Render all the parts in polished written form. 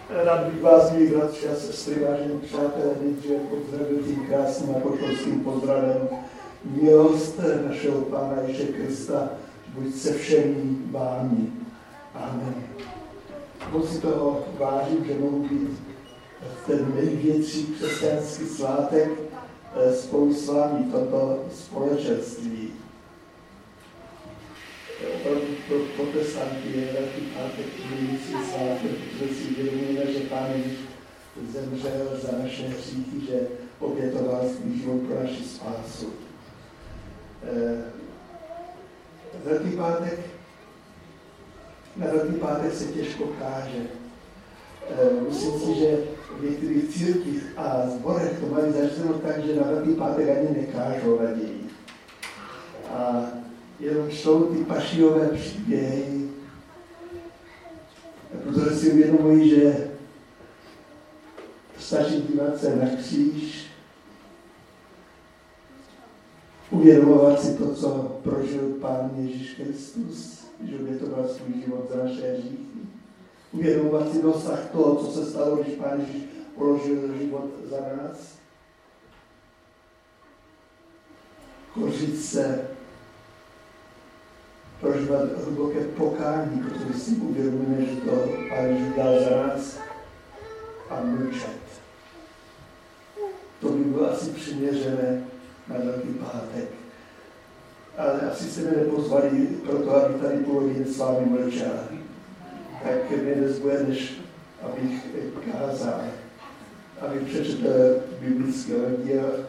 Rád bych vás, milí bratři a sestry, vážení přátelé, nejdříve pozdravil tím krásným apoštolským pozdravem. Milost našeho Pána Ježíše Krista buď se všemi vámi. Amen. Moc si toho vážím, že mohu být v ten největší křesťanský svátek spolu s vámi v tomto společenství. Pro protestanty je velký pátek milující svátek, protože si uvědomujeme, že Pán Ježíš zemřel za naše hříchy, že obětoval svůj život pro naši spásu. Na Velký pátek se těžko káže. Myslím si, že v některých církvích a sborech to mají zařízeno tak, že na Velký pátek ani nekážou raději. A jenom čtou ty pašijové příběhy, protože si uvědomují, že stačí dívat se na kříž, uvědomovat si to, co prožil Pán Ježíš Kristus, že obětoval svůj život za naše hříchy. Uvědomovat si dosah toho, co se stalo, když Pán Ježíš položil život za nás. Kořit se, prožívat hluboké pokání, protože si uvědomujeme, že to Pán Ježíš dal za nás a mlčet. To by bylo asi přiměřené na Velký pátek. Ale asi se mě nepozvali proto, aby tady půl hodiny s vámi mlčel. Tak mě nezbude, než abych kázal, abych přečetl biblický oddíl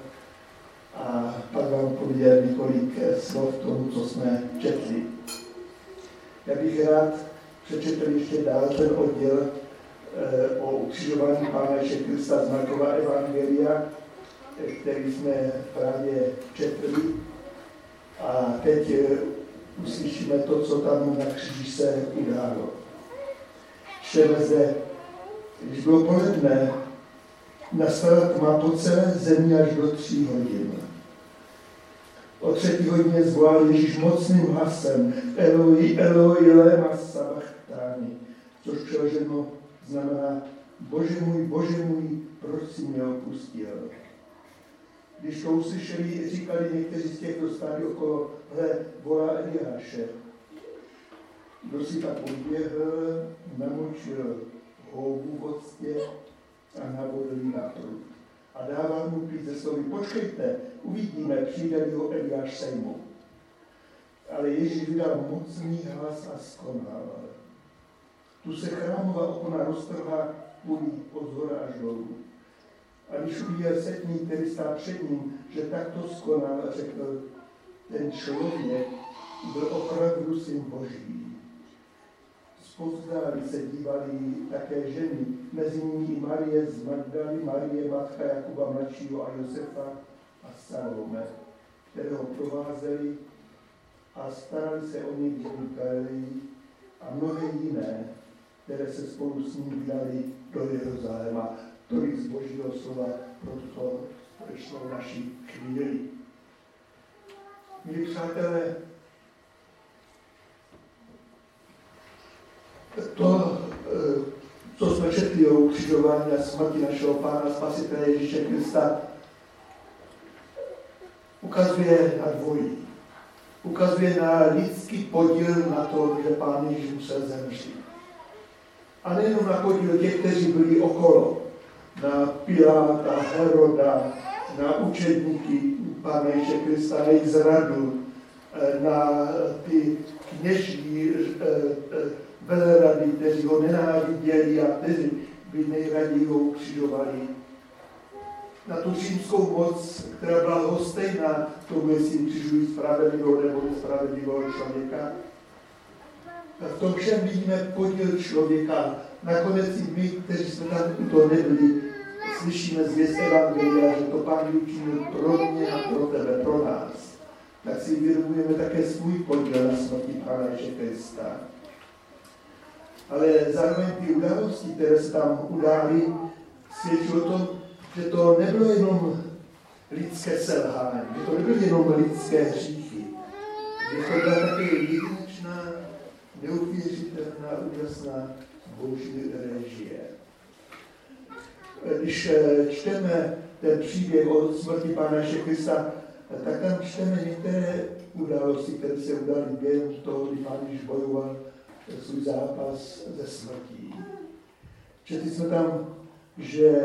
a pak vám pověděl několik slov tomu, co jsme četli. Já bych rád přečetl ještě dál ten oddíl o ukřižování Pána Ježíše Krista z Markova evangelia, který jsme právě četli. A teď uslyšíme to, co tam na kříži se událo. Čteme zde, když bylo poledne, nastala tma po celé zemi až do 3 hodin. O 3. hodině zvolal Ježíš mocným hlasem Eloi, Eloi, lema sabachthani, což přeloženo znamená Bože můj, proč jsi mě opustil? Když to uslyšeli, říkali někteří z těch, kdo stáli okolo, hle, volá Eliáše. Kdo si tak odběhl, namočil houbu v octě a navodil ji na prut. A dával mu pít ze slovy, počkejte, uvidíme, přijde ho Eliáš sejmu. Ale Ježíš vydal mocný hlas a skonal. Tu se chrámová opona roztrhla půlí od zhora až dolů. A když uviděl setník, který stál před ním, že takto skonal, řekl, ten člověk byl opravdu syn Boží. Zpovzdálí se dívali také ženy, mezi nimi i Marie z Magdaly, Marie, matka Jakuba mladšího a Josefa a Salome, které ho provázeli a starali se o něj v Galilei a mnohé jiné, které se spolu s ním vydali do Jeruzaléma. Tolik z Božího slova pro tuto společnou naši chvíli. Milí přátelé, to, co jsme četli o ukřižování a smrti našeho Pána Spasitele Ježíše Krista, ukazuje na dvojí. Ukazuje na lidský podíl na to, že Pán Ježíš musel zemřít. A nejenom na podíl těch, kteří byli okolo, na Piláta, Heroda, na učedníky Pána Ježíše Krista, na jejich zradu, na ty kněží, velerady, kteří ho nenáviděli a kteří by nejraději ho ukřižovali. Na tu římskou moc, která byla lhostejná tomu, jestli ukřižují spravedlivého nebo nespravedlivého člověka. V tom všem vidíme podíl člověka. Nakonec i my, kteří jsme tam u toho nebyli, slyšíme zvěst evangelia, že to Pán učinil pro mě a pro tebe, pro nás. Tak si uvědomujeme také svůj podíl na smrti Pána Ježíše Krista. Ale zároveň ty události, které se tam udály, svědčí o tom, že to nebylo jenom lidské selhání, že to nebyly jenom lidské hříchy, že to byla také jedinečná, neuvěřitelná, úžasná Boží režie. když čteme ten příběh o smrti Pána Ježíše Krista, tak tam čteme některé události, které se udály během toho, kdy Pán Ježíš bojoval svůj zápas ze smrtí. Četli jsme tam, že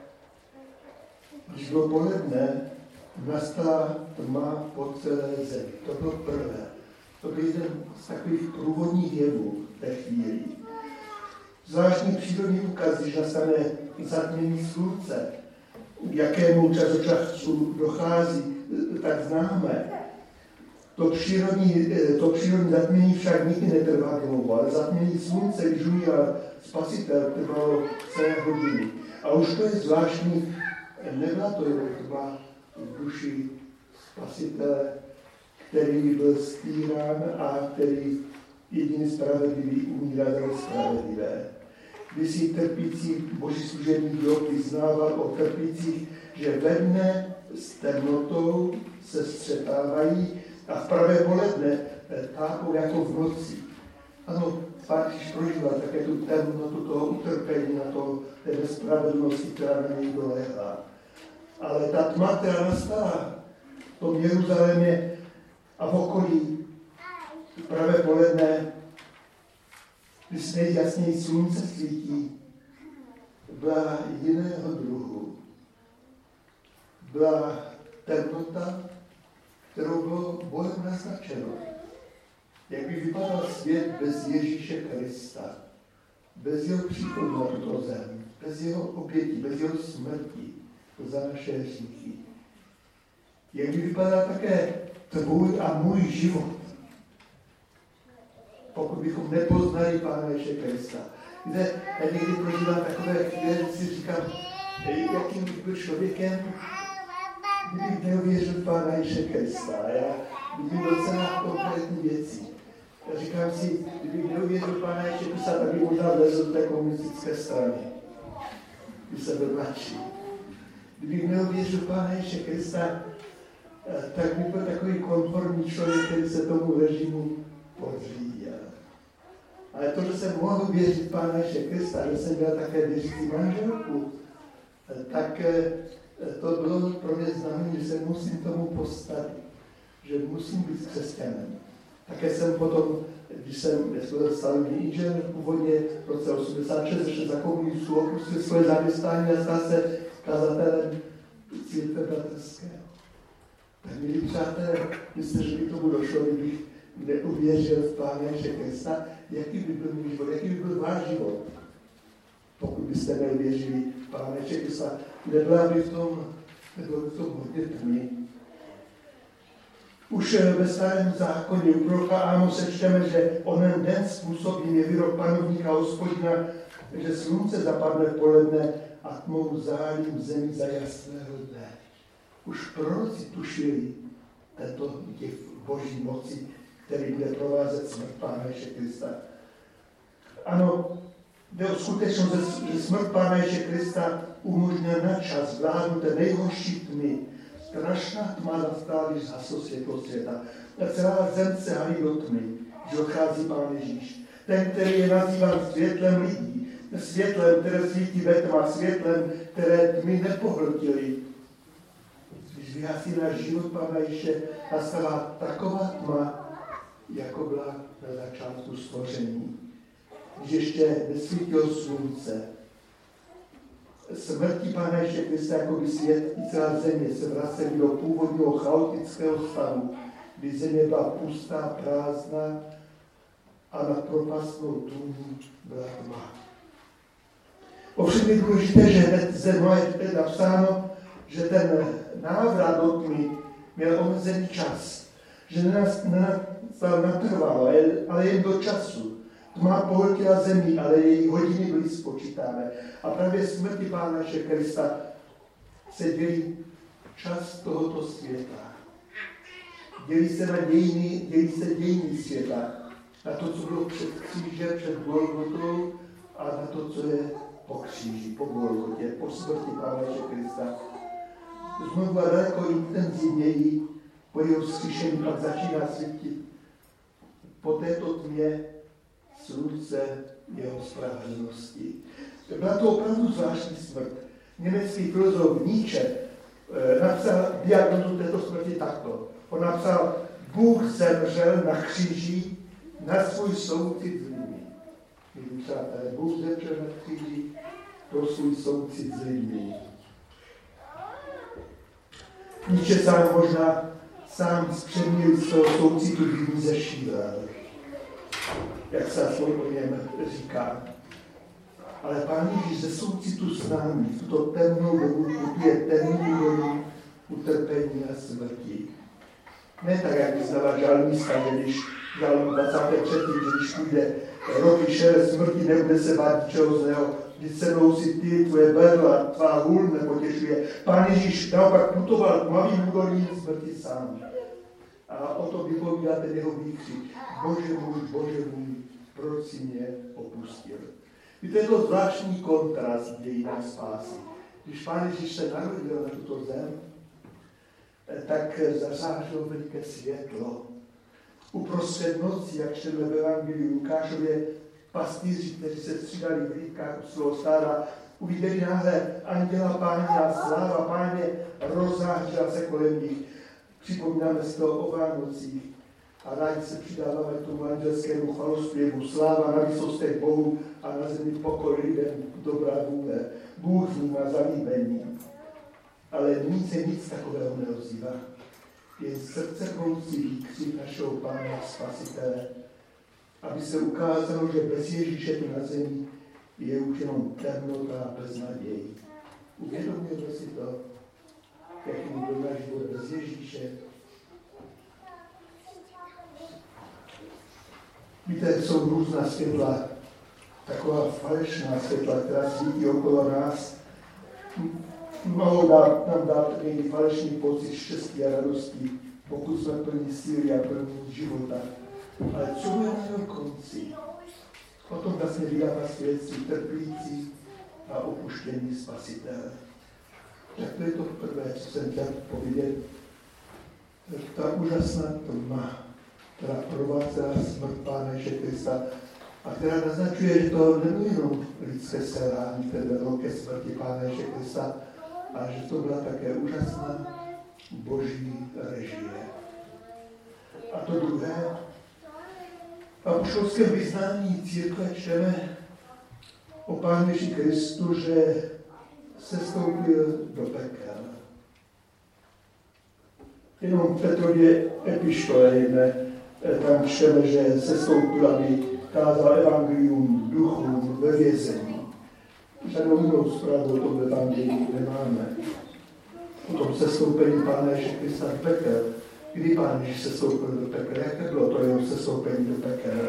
když bylo poledne, nastala tma po celé zemi. To bylo prvé. To byl jeden z takových průvodních jevů té chvíli. Zvláštní přírodní úkaz, když nastane zatmění slunce, k jakému čas od času dochází, tak známe. To přírodní zatmění však nikdy netrvá dlouho, ale zatmění slunce, když umíral Spasitel, trvalo celé hodiny. A už to je zvláštní, nebyla to jenom tma v duši Spasitele, který byl stírán a který jediný spravedlivý umírá za nespravedlivé. Když si trpící boží služebník Job vyznával o trpících, že ve dne s temnotou se střetávají a v pravé poledne tápou jako v noci. Ano, Pán Ježíš prožíval také tu temnotu toho utrpení, na to té nespravedlnosti, která na něj doléhla. Ale ta tma, která nastala v tom Jeruzalémě a v okolí pravé poledne, když nejjasněji slunce svítí, byla jiného druhu. Byla temnota, kterou bylo Bohem naznačeno. Jak by vypadal svět bez Ježíše Krista, bez jeho příchodu na tuto zem, bez jeho obětí, bez jeho smrti za naše hříchy. Jak by vypadal také tvůj a můj život, pokud bychom nepoznali Pána Ježíše Krista. Víte, já někdy prožívám takové chvíle, že si říkám, jakým bych byl člověkem, kdybych neuvěřil Pána Ježíše Krista. Já vidím docela konkrétní věci. Já říkám si, kdybych neuvěřil Pána Ježíše Krista, tak bych možná vlezl do té komunistické strany, když jsem byl mladší. Kdybych neuvěřil Pána Ježíše Krista, tak bych byl takový konformní člověk, který se tomu režimu podřídil. Ale to, že jsem mohl věřit Pána Ježíše Krista, že jsem měl také věřící manželku, tak to bylo pro mě znamení, že se musím tomu postavit, že musím být křesťanem. Také jsem potom, když jsem byl stavební inženýr původně v roce 86, ještě za komunistů opustil svoje zaměstnání a stal se kazatelem církve bratrského. Tak milí přátelé, myslím, že by tomu došlo, kdybych neuvěřil v Pána Ježíše Krista, jaký by byl můj život, jaký by byl váš život, pokud byste neuvěřili v Pána Ježíše Krista. Nebylo by v tom hodně tmy. Už ve Starém zákoně u proroka Ámose čteme, že onen den způsobí je výrok panovníka Hospodina, že slunce zapadne v poledne a tmou zálím zemi za jasného dne. Už proroci tušili tento děv boží moci, který bude provázet smrt Pána Ježíše Krista. Ano, jde o skutečnost, že smrt Pána Ježíše Krista umožňuje na čas vládnout té nejhorší tmy. Strašná tma nastala, když zhaslo světlo světa. A celá zem se halí do tmy, když odchází Pán Ježíš. Ten, který je nazýván světlem lidí, světlem, které svítí ve tmách, světlem, které tmy nepohltily. Když vyhasí náš život Pána Ježíše, nastává taková tma, jako byla na začátku stvoření. Když ještě nesvítilo slunce. Smrtí Pána Ježíše Krista, jako by svět i celá země se vraceli do původního chaotického stavu, kdy země byla pustá, prázdná a nad propastnou tůní byla tma. Ovšem je důležité, že hned ze Noé je napsáno, že ten návrat do tmy měl omezený čas, že natrval, ale jen do času. Tma pohltila zemi, ale její hodiny byly spočítány. A právě smrti Pána Ježíše Krista se dělí čas tohoto světa. Dělí se dějiny světa. Na to, co bylo před křížem, před Golgotou a na to, co je po kříži, po Golgotě, po smrti Pána Ježíše Krista. Znovu a daleko intenzivněji po jeho vzkříšení pak začíná svítit. Po této tmě slunce jeho spravedlnosti. Byla to opravdu zvláštní smrt. Německý filozof Nietzsche napsal diagnozu této smrti takto. On napsal, Bůh zemřel na kříži na svůj soucit s lidmi. Milí přátelé, Bůh zemřel na kříži pro svůj soucit s lidmi. Nietzsche sám možná z předmělského soucitu lidmi zešílel, jak se aspoň o něm říká. Ale Pán Ježíš ze soucitu s námi v tuto temnou dobu putuje temnou dobu utrpení a smrti. Ne tak, jak vyznává žalmista, když žalm 23, když půjde roky šel smrti, nebude se bát ničeho zlého, když se mnou si ty, tvoje berla, tvá hůl nepotěšuje. Pán Ježíš naopak putoval tmavým údolím smrti sám. A o to vypovídá ten jeho výkřik. Bože můj, proč si mě opustil? Víte, je to zvláštní kontrast dějinám spásy. Když Pán Ježíš se narodil na tuto zem, tak zazářilo veliké světlo. Uprostřed noci, jak čteme v Evangeliu Lukášově, pastýři, kteří se střídali v hlídkách u svého stáda, uviděli náhle anděla Páně a sláva Páně rozzářila se kolem nich. Připomínáme si to o Vánocích a rádi se přidáváme tomu andělskému chvalospěvu. Sláva na vysostech Bohu a na zemi pokoj lidem, dobrá vůle. Bůh v ní má zalíbení. Ale nyní se nic takového neozývá. Jen srdcervoucí výkřik našeho Pána Spasitele, aby se ukázalo, že bez Ježíše tu na zemi je už jenom temnota a beznaděj. Uvědomujeme si to, jaký byl náš život bez Ježíše. Víte, jsou různá světla, taková falešná světla, která svítí okolo nás. Mohou nám dát někdy falešný pocit štěstí a radosti, pokud jsme plní síly a plní života. Ale co bude na jeho konci? O tom vlastně vydává svědectví trpící a opuštění Spasitele. Tak to je to prvé, co jsem chtěl povědět. Ta úžasná tma, která provázela smrt Pána Ježíše Krista a která naznačuje, že to nebylo jenom lidské selhání, které vedlo ke smrti Pána Ježíše Krista, a že to byla také úžasná boží režie. A to druhé, v apoštolském vyznání církve čteme o Pánu Ježíši Kristu, že sestoupil do pekel. Jenom v Petrově epištole jedné, tam čteme, že sestoupil, aby kázal evangelium duchům ve vězení. Žádnou jinou zprávu o tom evangeliu nemáme. O tom sestoupení Pána Ježíše Krista do pekel. Kdy Pán Ježíš sestoupil do pekel? Jaké bylo to jeho sestoupení do pekel?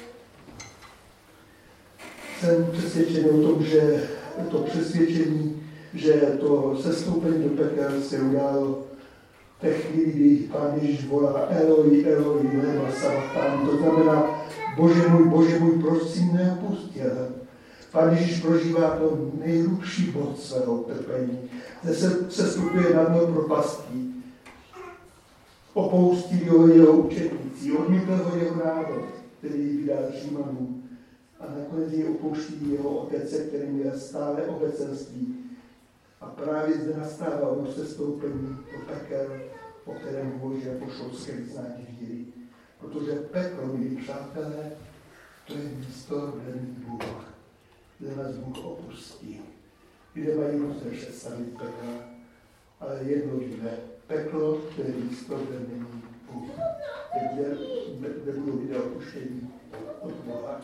Jsem přesvědčený o tom, že to přesvědčení, že to sestoupení do pekel se událo v té chvíli, kdy Pán Ježíš volá Eloi, Eloi, lema sabachthani. To znamená, Bože můj, proč jsi mě opustil? Pán Ježíš prožívá to nejhlubší bod svého trpení. Sestupuje na dno propastí. Opustili ho jeho učedníci, odmítl ho jeho národ, který vydal Římanům. A nakonec jej opouští jeho otec, kterým je stále obecenství. A právě zde nastává ono sestoupení do pekel, o kterém hovoří apoštolské vyznání víry. Protože peklo, milí přátelé, to je místo, kde není Bůh, kde nás Bůh opustí, kde mají různé představy pekla, ale jedno víme, peklo, to je místo, kde není Bůh, kde budou lidé opuštění od Boha.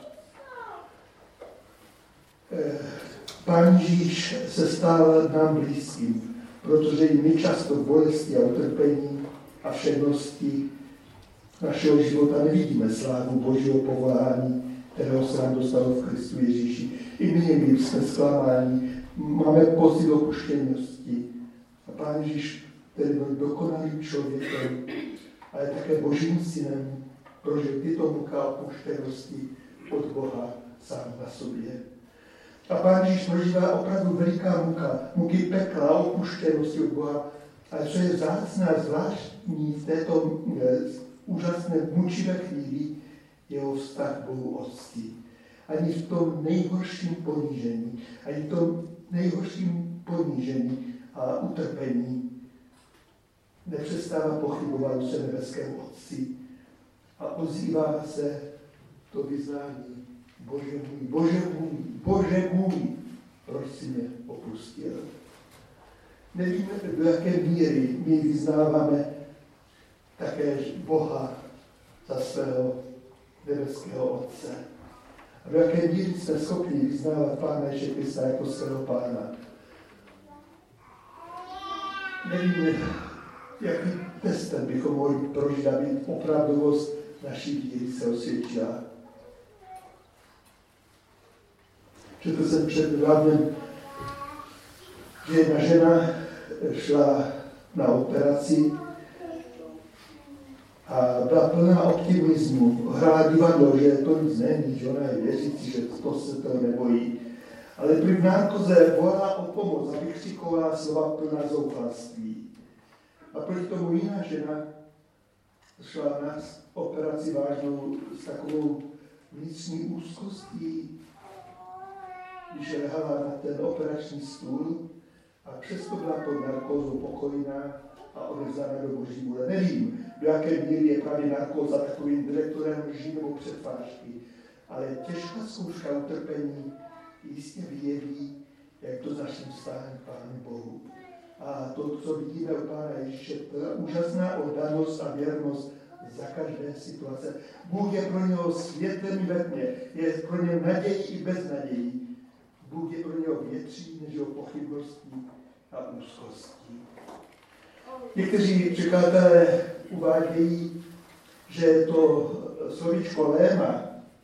Pán Ježíš se stal nám blízkým, protože i my často v bolesti a utrpení a všednosti našeho života nevidíme slávu Božího povolání, kterého se nám dostalo v Kristu Ježíši. I my někdy jsme zklamáni, máme pocit opuštěnosti. A Pán Ježíš, který byl dokonalým člověkem, ale také Božím synem, prožil tyto muka opuštěnosti od Boha sám na sobě. A Pán Ježíš prožívá opravdu veliká muka, muky pekla, opuštěnosti od Boha. Ale co je vzácné a zvláštní v této úžasné mučivé chvíli, jeho vztah k Bohu Otci. Ani v tom nejhorším ponížení, ani v tom nejhorším ponížení a utrpení nepřestává pochybovat o se nebeském Otci a ozývá se to vyznání: Bože můj, Bože můj, Bože můj, proč jsi mě opustil? Nevíme, do jaké míry my vyznáváme také Boha za svého nebeského Otce. A do jaké míry jsme schopni vyznávat Pána Ježíše Krista jako svého Pána. Nevíme, jaký testem bychom mohli prožít, aby opravdovost naší víry se osvědčila. Četl jsem před dnem, že jedna žena šla na operaci a byla plná optimismu. Hrála divadlo, že to nic není, že ona je věřící, že to se toho nebojí. Ale při nárkoze volala o pomoc a vykřikovala slova plná zoufalství. A proti tomu jiná žena šla na operaci vážnou s takovou vnitřní úzkostí, když lehala na ten operační stůl a přesto byla pod narkózou pokojná a odevzdána do Boží vůle. Nevím, do jaké míry je právě narkóza takovým direktorem lží nebo předvážky, ale těžká zkouška utrpení jistě vyjeví, jak to s naším vztahem k Pánu Bohu. A to, co vidíme u Pána Ježíše, to je úžasná oddanost a věrnost za každé situace. Bůh je pro něho světlem ve tmě, je pro něho nadějí i beznadějí. Bůh je pro něho větší než jeho pochybností a úzkostí. Někteří překladatelé uvádějí, že to slovíčko léma,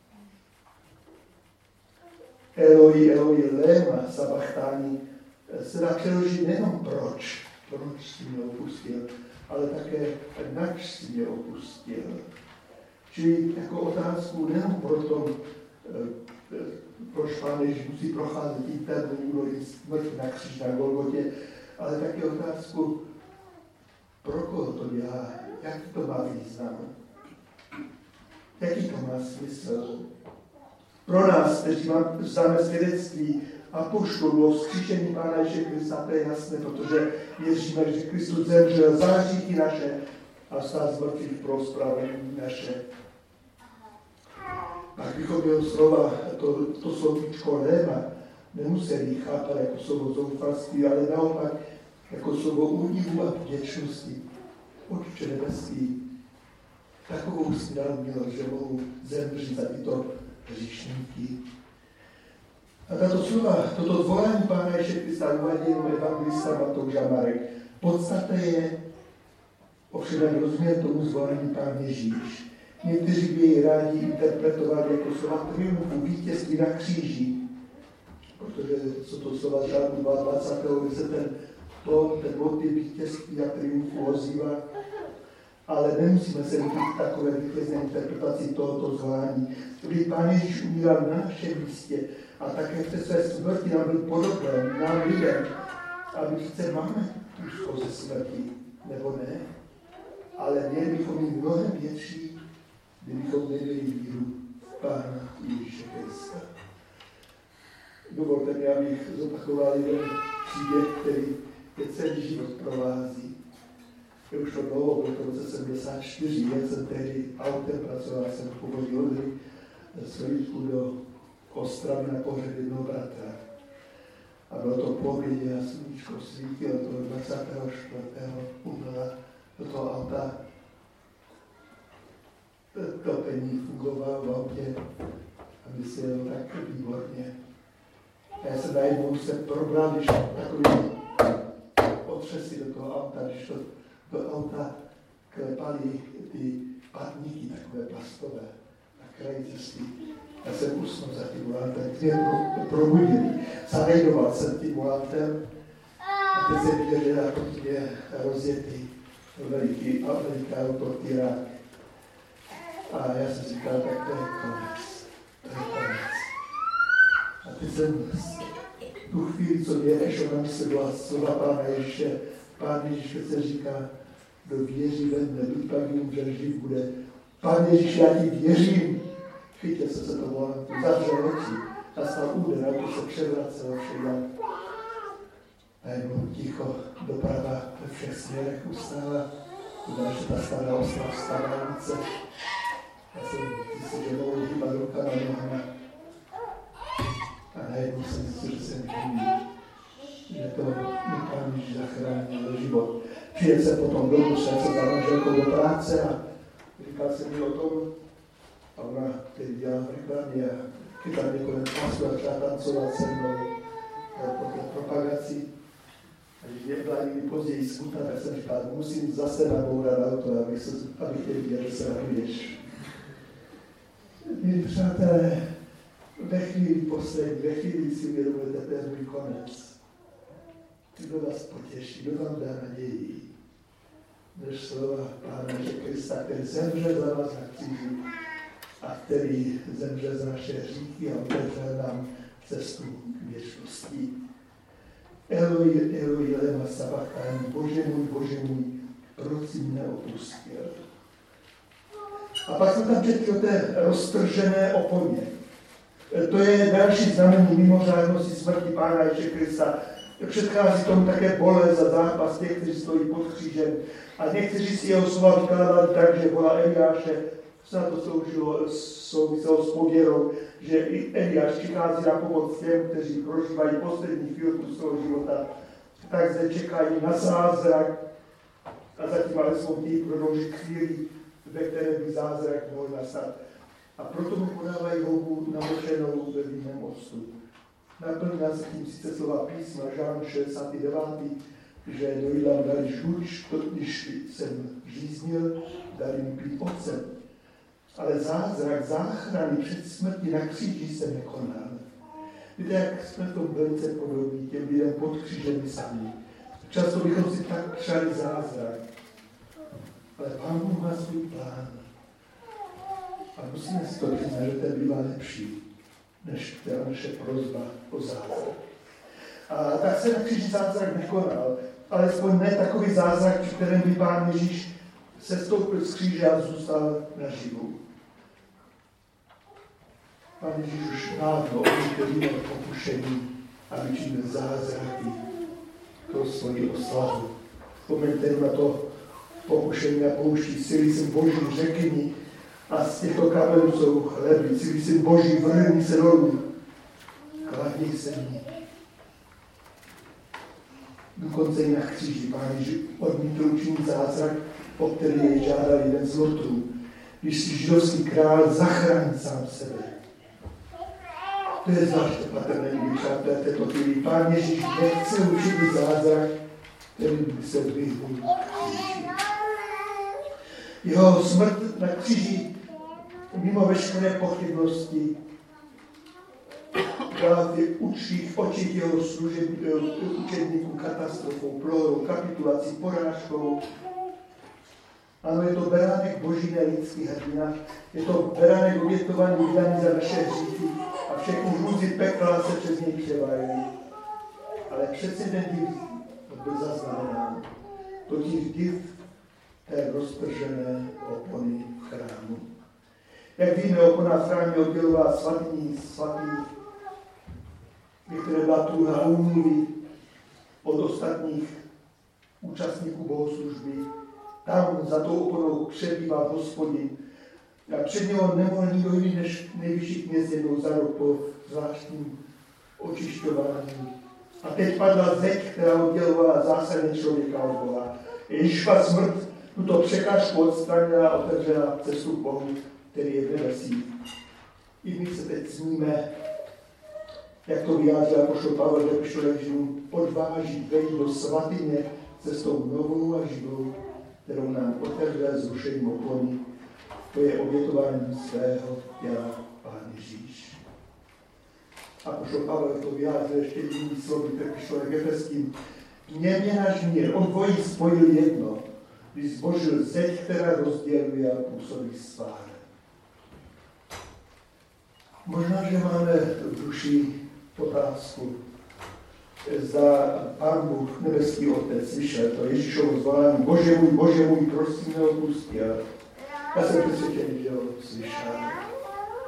Eloi, Eloi, léma, sabachtání, se dá přeložit nejenom proč jsi mě opustil, ale také nač jsi mě opustil. Čili jako otázku nejenom proto, proč Pán Ježíš musí procházet internou údolí smrti na kříž na Golgotě, ale také otázku, pro koho to dělá, jaký to má význam, jaký to má smysl. Pro nás, kteří známe svědectví apoštolů o vzkříšení Pána Ježíše Krista, to je jasné, protože věříme, že Kristus zemřel za hříchy naše a vstal z mrtvých pro ospravedlnění naše. Pak bychom jeho slova, to slovíčko léma, nemuseli chápat jako slovo zoufalství, ale naopak jako slovo údivu a vděčnosti. Otče nebeský, takovou si dal milost, že mohu zemřít za tyto hříšníky. A tato slova, toto zvolání Pána Ježíše Krista uvádějí evangelista Matouš a Marek. Podstatné je, ovšem rozumět tomu zvolání Pán Ježíš. Někteří by jej rádi interpretovali jako slova triumfu, vítězství na kříži, protože jsou to slova žalmu 22. kde se ten motiv vítězství a triumfu ozývá, ale nemusíme se líbit takové vítězné interpretaci tohoto zvolání. Když Pán Ježíš umíral na našem místě a také v své smrti nám byl podoben, nám lidem, a my přece máme úzkost ze smrti, nebo ne, ale měli bychom mít mnohem větší, kdybychom neměli víru v Pána Ježíše Krista. Dovolte mi, abych zopakoval jeden příběh, který je celý život provází. Je už to dlouho, bylo to v roce 74, jak jsem tehdy autem pracoval, jsem povodil z Frýdku do Ostravy na pohřeb jednoho bratra. A bylo to po obědě a sluníčko svítilo, to 24. února do toho auta topení fungovalo v autě a myslel tak výborně. Já jsem najednou se probral, když takový otřesy do toho auta, když to do auta klepali ty patníky takové plastové na kraji cesty. Já jsem usnul za tím volantem, mě probudili. Zanejdoval jsem tím volantem a teď jsem viděl, že na tom je rozjetý veliký auto Irák. A já jsem říkal, tak to je konec. A teď jsem tu chvíli, co mě nešlo na mysli, byla slova Pána Ježíše. Pán Ježíš se říká, kdo věří ve mne, byť pak umře, živ bude. Pán Ježíš, já ti věřím. Chytil jsem se to volantu, zavřel oči, nastal úder, auto se převracelo všude. najednou ticho, doprava ve všech směrech ustála, udáš, že ta stará ostra vstává ruce. Já jsem si ženou hýbat rukama, nohama. A najednou jsem zjistil, že jsem živý, že to mi Pán Ježíš zachránil život. Přijet se potom domů, šel se za manželkou do práce a říkal jsem mi o tom, a ona teď dělá v reklamě a chytala mě kolem pasu a chtěla tancovat se mnou po té propagaci. A když mě byla někdy později smutná, tak jsem říkal, musím zase nabourat auto, abych tě viděl, že se raduješ. Milí přátelé, ve chvíli poslední, ve chvíli si uvědomujete ten můj konec. Kdo vás potěší, kdo vám dá naději, než slova Pána Krista, který zemřel za vás na kříži a který zemřel za naše hříchy a otevřel nám cestu k věčnosti. Eloi, Eloi, lema sabachthani, Bože můj, proč jsi mne opustil? A pak jsme tam četli o té roztržené oponě. To je další znamení mimořádnosti smrti Pána Ježíše Krista. Předchází tomu také bolest a zápas těch, kteří stojí pod křížem. A někteří si jeho slova vykládali tak, že volá Eliáše, snad to souviselo s pověrou, že i Eliáš přichází na pomoc těm, kteří prožívají poslední chvíli svého života. Tak zde čekají na zázrak a zatím alespoň tí prodloužit chvíli, ve které by zázrak mohl nastat. A proto mu podávají houbu namočenou ve vinném octu. Naplňá se tím sice slova písma Žán 69, že do jídla dali žluč, když jsem žíznil, dali mi pít ocet. Ale zázrak záchrany před smrti na kříži se nekonal. Víte, jak jsme v tom velice podobní těm lidem pod křížemi sami. Často bychom si tak přáli zázrak. Ale Pán Bůh má svůj plán. A musíme si to přiznat, že ten bývá lepší, než ta naše prosba o zázrak. A tak se na kříži zázrak nekonal, alespoň ne takový zázrak, při kterém by Pán Ježíš sestoupil z kříže a zůstal naživu. Pán Ježíš už dávno odmítl pokušení a vyčinil zázraky pro svoji oslavu. Vzpomeňte na to pokušení na poušti, Sylý syn Boží, řekni mi, a z těchto kamenů jsou chleby, Sylý syn Boží, vrhni se dolů, kladni se mi. Dokonce i na kříži Pán Ježíš odmítl učinit zázrak, o který jej žádal jeden z lotrů. Když si židovský král, zachraň sám sebe. To je zvláště patrné, když přátelé této chvíli. Pán Ježíš nechce učinit zázrak, který by se vyhnul kříži. Jeho smrt na kříži mimo veškeré pochybnosti byla v očích jeho učedníků katastrofou, plorou, kapitulací, porážkou. Ano, je to beránek Boží, ne lidský hrdina. Je to beránek obětovaný, vydaný za naše hříchy a všechny hrůzy pekla se přes něj převáží. Ale přeci ten div byl zaznamenán. Totiž div té roztržené opony v chrámu. Jak víme, opona v chrámě oddělovala svatých, některé byla truhá úmluvy od ostatních účastníků bohoslužby. Tam za tou oponou přebýval Hospodin. A před něho nemohl nikdo jiný než nejvyšší kněz jednou za rok po zvláštním očišťování. A teď padla zeď, která oddělovala zásadně člověka od Boha. Ježíšova smrt tuto překážku odstranila a otevřela cestu k Bohu, který je v nebesích. I my se teď smíme, jak to vyjádřil apoštol Pavel do epištole Židům, odvážit vejít do svatyně cestou novou a živou, kterou nám otevřel zrušením opony. To je obětování svého těla Pán Ježíš. Apoštol Pavel to vyjádřil ještě jinými slovy v epištole Efeským. Mě náš mír, on dvojí spojil jedno, když zbožil zeď, která rozděluje a působí svár. Možná, že máme v duši otázku, zda Pán Bůh, nebeský Otec, slyšel to Ježíšovo zvolání, Bože můj, prosím, neopustil. Já jsem přesvědčený, že ho slyšel.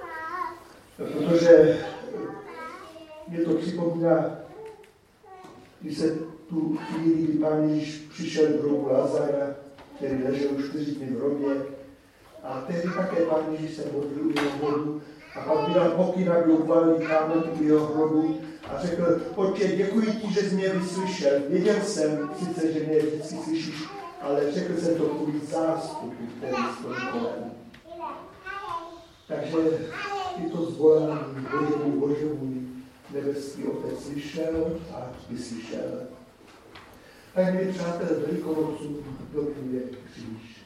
Protože mě to připomíná když se tu chvíli, kdy Pán Ježíš přišel k hrobu Lazara, který ležel už 4 dny v hrobě, a tehdy také Pán Ježíš se modlil u jeho hrobu a pak vydal pokyn, aby odvalili kámen u jeho hrobu a řekl: Otče, děkuji ti, že jsi mě vyslyšel. Věděl jsem sice, že mě vždycky slyšíš, ale řekl jsem to kvůli zástupu, který stojí kolem. Takže i to zvolání Božemu nebeský Otec slyšel a vyslyšel. Tak milí přátelé, Velikonocům doplňuje kříž.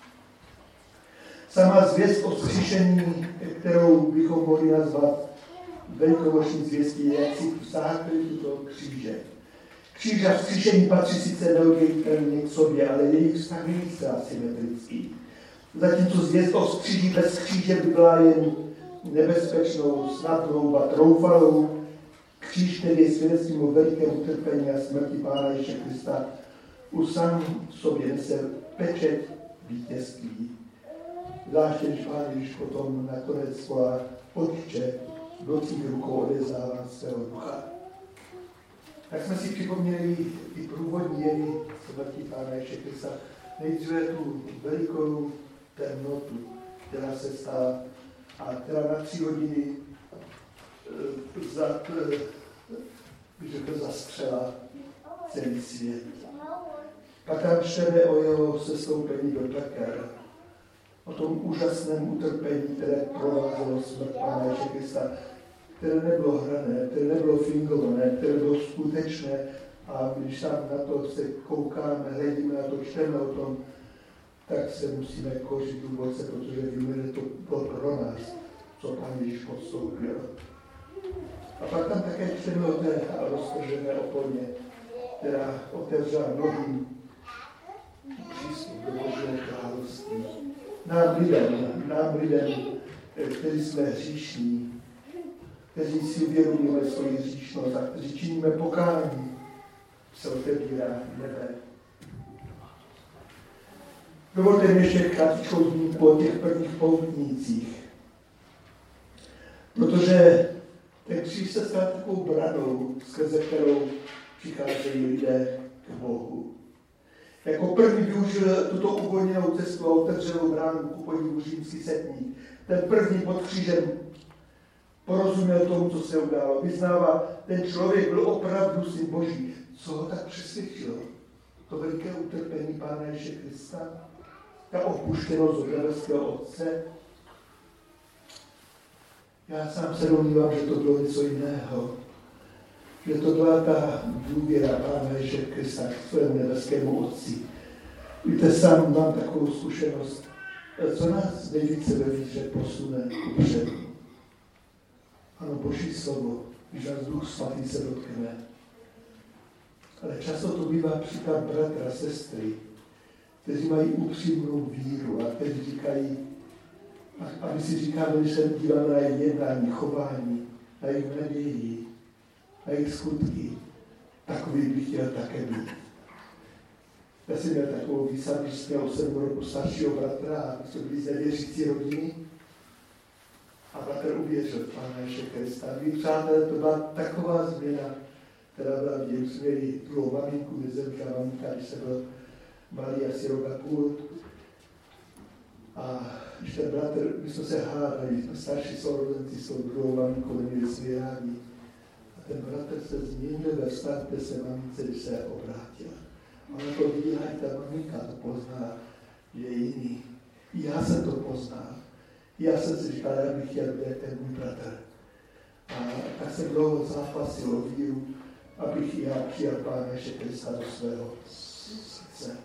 Sama zvěst o vzkříšení, kterou bychom mohli nazvat velikonoční zvěstí, je jaksi základ toho kříže. Kříž a vzkříšení patří sice neoddělitelně k sobě, ale jejich vztah není zcela symetrický. Zatímco zvěst o kříži bez kříže by byla jen nebezpečnou, snadnou a troufalou, kříž, který je svědectvím o velikém utrpení a smrti Pána Ježíše Krista, už sám v sobě nese pečet vítězství. Zvláště, když Pán Ježíš potom nakonec volá: Otče, do tvých rukou odevzdávám svého ducha. Tak jsme si připomněli i průvodní jevy smrti Pána Ježíše Krista. Nejdříve tu velikou temnotu, která se stala a která na 3 hodiny zastřela celý svět. Pak tam čteme o jeho sestoupení do pekel, o tom úžasném utrpení, které provázelo smrt Pána Ježíše Krista, které nebylo hrané, které nebylo fingované, které bylo skutečné. A když tam na to se koukáme, hledíme na to, čteme o tom, tak se musíme kořit hluboce, protože víme, že to bylo pro nás, co Pán Ježíš podstoupil. A pak tam také čteme o té roztržené oponě, která otevřela mnohým přístup do Božího království. Nám lidem, kteří jsme hříšní, kteří si uvědomíme svoji hříšnost a kteří činíme pokání, se otevírá nebe. Dovolte mi ještě krátkou zmínku o těch prvních poutnících. Protože ten kříž se stal takovou branou, skrze kterou přicházejí lidé k Bohu. Jako první využil tuto uvolněnou cestu a otevřenou bránu ku podivu římský setník. Ten první pod křížem porozuměl tomu, co se událo. Vyznává, ten člověk byl opravdu syn Boží. Co ho tak přesvědčilo? To veliké utrpení Pána Ježíše Krista? Ta opuštěnost od nebeského Otce? Já sám se domnívám, že to bylo něco jiného. Že to byla ta důvěra Pána Ježíše Krista k svému nebeskému Otci. Víte, sám mám takovou zkušenost. Co nás nejvíce ve víře posune kupředu? Ano, Boží slovo, když nás Duch Svatý se dotkne. Ale často to bývá příklad bratra, sestry, kteří mají upřímnou víru a kteří říkají, a my si říkáme, když se díváme na jejich jednání, chování, na jejich naději, na jejich skutky, takový bych chtěl také být. Já jsem měl takovou výsadu, když jsem měl 7 roku staršího bratra a my jsme byli z nevěřící rodiny a bratr uvěřil Pána Ježíše Krista. Vy přátelé, to byla taková změna, která byla vidět. My jsme měli druhou maminku, kde zemřela maminka, když jsem byl malý, asi rok a půl. A když ten bratr, my jsme se hádali, jsme starší sourozenci s tou druhou maminkou, neměli jsme rádi. A ten bratr se změnil ve vztahu ke své mamince, když se obrátila. Ona to viděla, i ta maminka to pozná, že je jiný. I já jsem to poznal. Já jsem si říkal, já bych chtěl být ten můj bratr. A tak jsem dlouho zápasil o víru, abych já přijal Pána Ježíše Krista do svého srdce.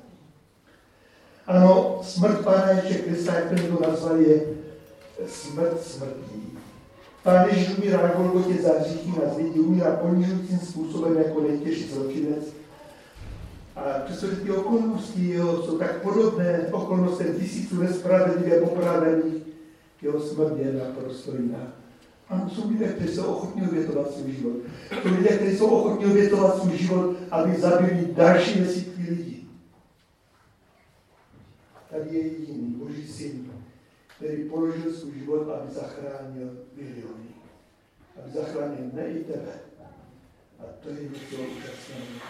Ano, smrt Pána Ježíše Krista, jak ten to nazval, je smrt smrtí. Pán Ježíš umírá na Golgotě za hříchy nás lidí, umírá ponižujícím způsobem jako nejtěžší zločinec. A přestože ty okolnosti jsou tak podobné okolnostem tisíců nespravedlivě popravených, jeho smrt je naprosto jiná. Ano, jsou lidé, kteří jsou ochotní obětovat svůj život. Jsou lidé, kteří jsou ochotní obětovat svůj život, aby zabili další desítky lidí. Tady je jediný Boží syn, který položil svůj život, aby zachránil miliony. Aby zachránil ne i tebe. A to je něco úžasného.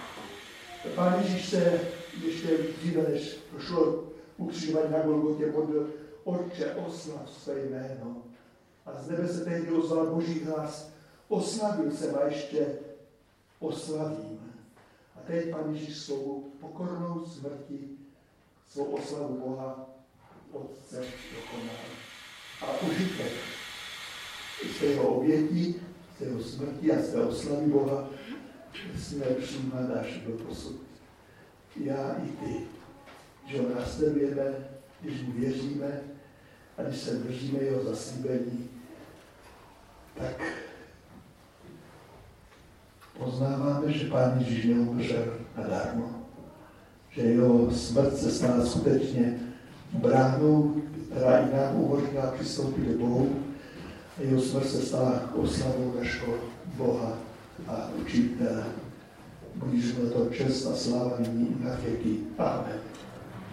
Pán Ježíš se ještě dříve, než došlo ukřižování na Golgotě, modlil: Otče, oslav své jméno. A z nebe se tehdy ozval Boží hlas: oslavil jsem a ještě oslavím. A teď Pán Ježíš svou pokornou smrti, svou oslavu Boha Otce dokonal. A užitek z jeho obětí, z jeho smrti a z té oslavy Boha jsme přijímat až do posud. Já i ty, že ho následujeme, když mu věříme a když se držíme jeho zaslíbení, tak poznáváme, že Pán Ježíš neumřel nadarmo. Že jeho smrt se stala skutečně bránou, která i nám umožnila přistoupit do Bohu. A jeho smrt se stala oslavou našeho Boha a učitele. Budíš mu to čest a sláva nyní na věky. Amen.